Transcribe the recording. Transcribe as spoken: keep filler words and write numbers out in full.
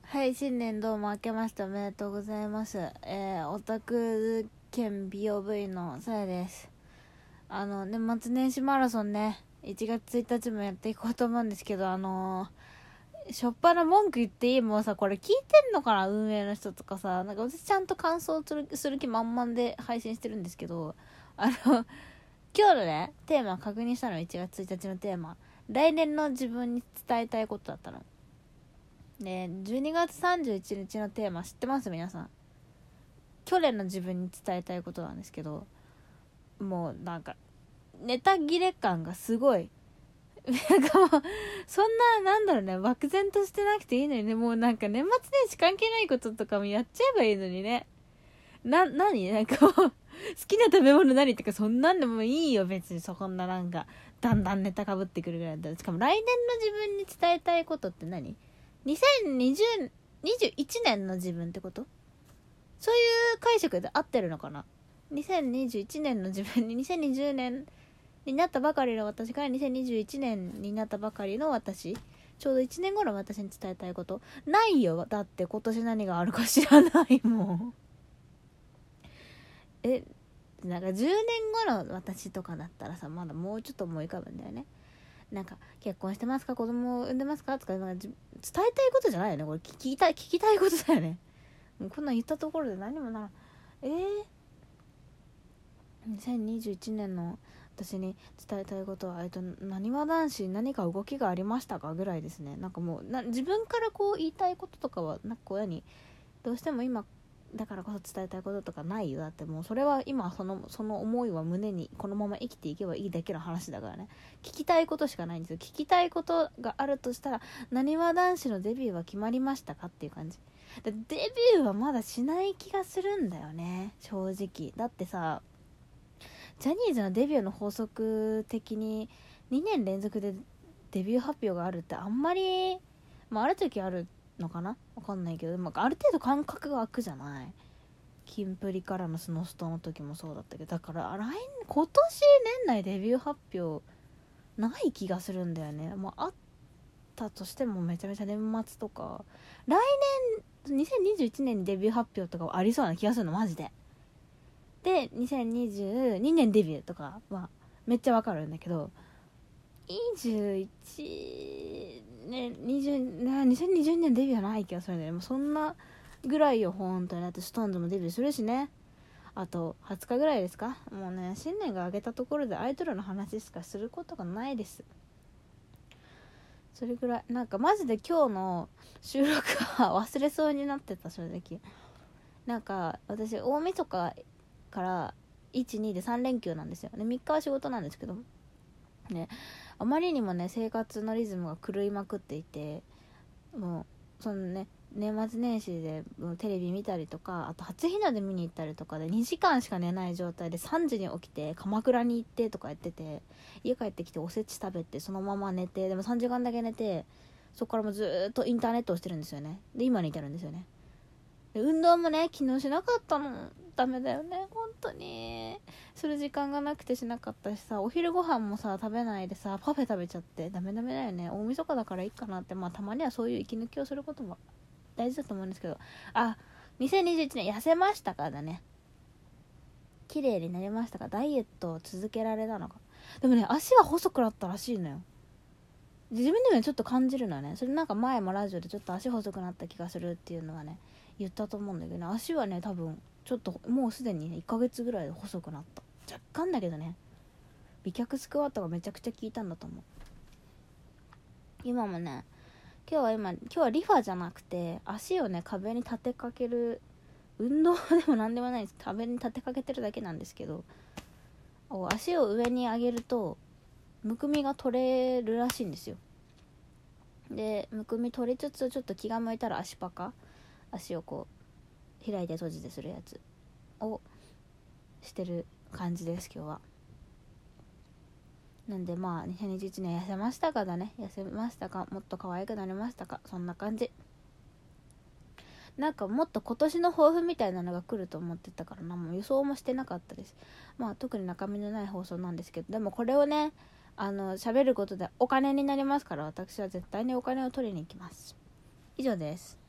はい、新年どうも明けましておめでとうございます。えー、オタク兼美容部員のさやです。あの、年末年始マラソンね、いちがつついたちもやっていこうと思うんですけど、あのー、しょっぱな文句言っていい？もうさ、これ聞いてんのかな運営の人とかさ、なんか私ちゃんと感想する、する気満々で配信してるんですけど、あの、今日のね、テーマ確認したのいちがつついたちのテーマ。来年の自分に伝えたいことだったの。でじゅうにがつさんじゅういちにちのテーマ知ってます皆さん？去年の自分に伝えたいことなんですけど、もうなんかネタ切れ感がすごいなんかもうそんななんだろうね、漠然としてなくていいのにね。もうなんか年末年始関係ないこととかもやっちゃえばいいのにね。な、なになんかもう好きな食べ物何とかそんなんでもいいよ別に。そこんななんかだんだんネタかぶってくるぐらいだったら。しかも来年の自分に伝えたいことって何？にせんにじゅう、にじゅういちねんの自分ってこと？そういう解釈で合ってるのかな？ にせんにじゅういち 年の自分ににせんにじゅうねんになったばかりの私からにせんにじゅういちねんになったばかりの私、ちょうどいちねんごの私に伝えたいことないよ。だって今年何があるか知らないもんえ、なんかじゅうねんごの私とかだったらさ、まだもうちょっと思い浮かぶんだよね。なんか結婚してますか、子供を産んでますかとか、なんか伝えたいことじゃないよねこれ。聞きたい聞きたいことだよね。もうこんなん言ったところで何もならえー、にせんにじゅういちねんの私に伝えたいことは、えっとなにわ男子何か動きがありましたかぐらいですね。なんかもうな自分からこう言いたいこととかはなんか親にどうしても今だからこそ伝えたいこととかないよ。だってもうそれは今そのその思いは胸にこのまま生きていけばいいだけの話だからね。聞きたいことしかないんですよ。聞きたいことがあるとしたら、なにわ男子のデビューは決まりましたかっていう感じ。デビューはまだしない気がするんだよね正直。だってさ、ジャニーズのデビューの法則的ににねん連続でデビュー発表があるってあんまり、まあ、ある時あるのかなわかんないけど、まあ、ある程度感覚が空くじゃない。キンプリからのスノストの時もそうだったけど、だから来年今年年内デビュー発表ない気がするんだよね。まあ、あったとしてもめちゃめちゃ年末とか、来年にせんにじゅういちねんにデビュー発表とかはありそうな気がするのマジで。でにせんにじゅうにねんデビューとかはめっちゃわかるんだけど、にじゅういちねんにじゅうにせんにじゅうねんデビューはない気がするんだよね。もうそんなぐらいよ本当に。だってストーンズもデビューするしね。あとはつかぐらいですか。もうね、新年が明けたところでアイドルの話しかすることがないです。それぐらいなんかマジで今日の収録は忘れそうになってた正直。なんか私大晦日からいち、にでさん連休なんですよね。みっかは仕事なんですけどね。あまりにもね生活のリズムが狂いまくっていて、もうそのね年末年始でテレビ見たりとか、あと初日の出見に行ったりとかでにじかんしか寝ない状態でさんじに起きて鎌倉に行ってとかやってて、家帰ってきておせち食べてそのまま寝て、でもさんじかんだけ寝て、そこからもずーっとインターネットをしてるんですよね。で今に至るんですよね。で運動もね昨日しなかったの。ダメだよね本当に。する時間がなくてしなかったしさ、お昼ご飯もさ食べないでさパフェ食べちゃってダメダメだよね。大晦日だからいいかなって。まあたまにはそういう息抜きをすることも大事だと思うんですけど、あ、にせんにじゅういちねん痩せましたかだね。綺麗になりましたか、ダイエットを続けられたのか。でもね足は細くなったらしいのよ。自分でもちょっと感じるのはね、それなんか前もラジオでちょっと足細くなった気がするっていうのはね言ったと思うんだけどね、足はね多分ちょっともうすでにねいっかげつぐらいで細くなった。若干だけどね。美脚スクワットがめちゃくちゃ効いたんだと思う。今もね、今日は今今日はリファじゃなくて足をね壁に立てかける運動でもなんでもないです。壁に立てかけてるだけなんですけど、足を上に上げるとむくみが取れるらしいんですよ。でむくみ取りつつちょっと気が向いたら足パカ、足をこう開いて閉じてするやつをしてる感じです今日は。なんでまあにせんにじゅういちねん痩せましたかだね。痩せましたか、もっと可愛くなりましたか、そんな感じ。なんかもっと今年の抱負みたいなのが来ると思ってたからな、もう予想もしてなかったです。まあ特に中身のない放送なんですけど、でもこれをねあの喋ることでお金になりますから、私は絶対にお金を取りに行きます。以上です。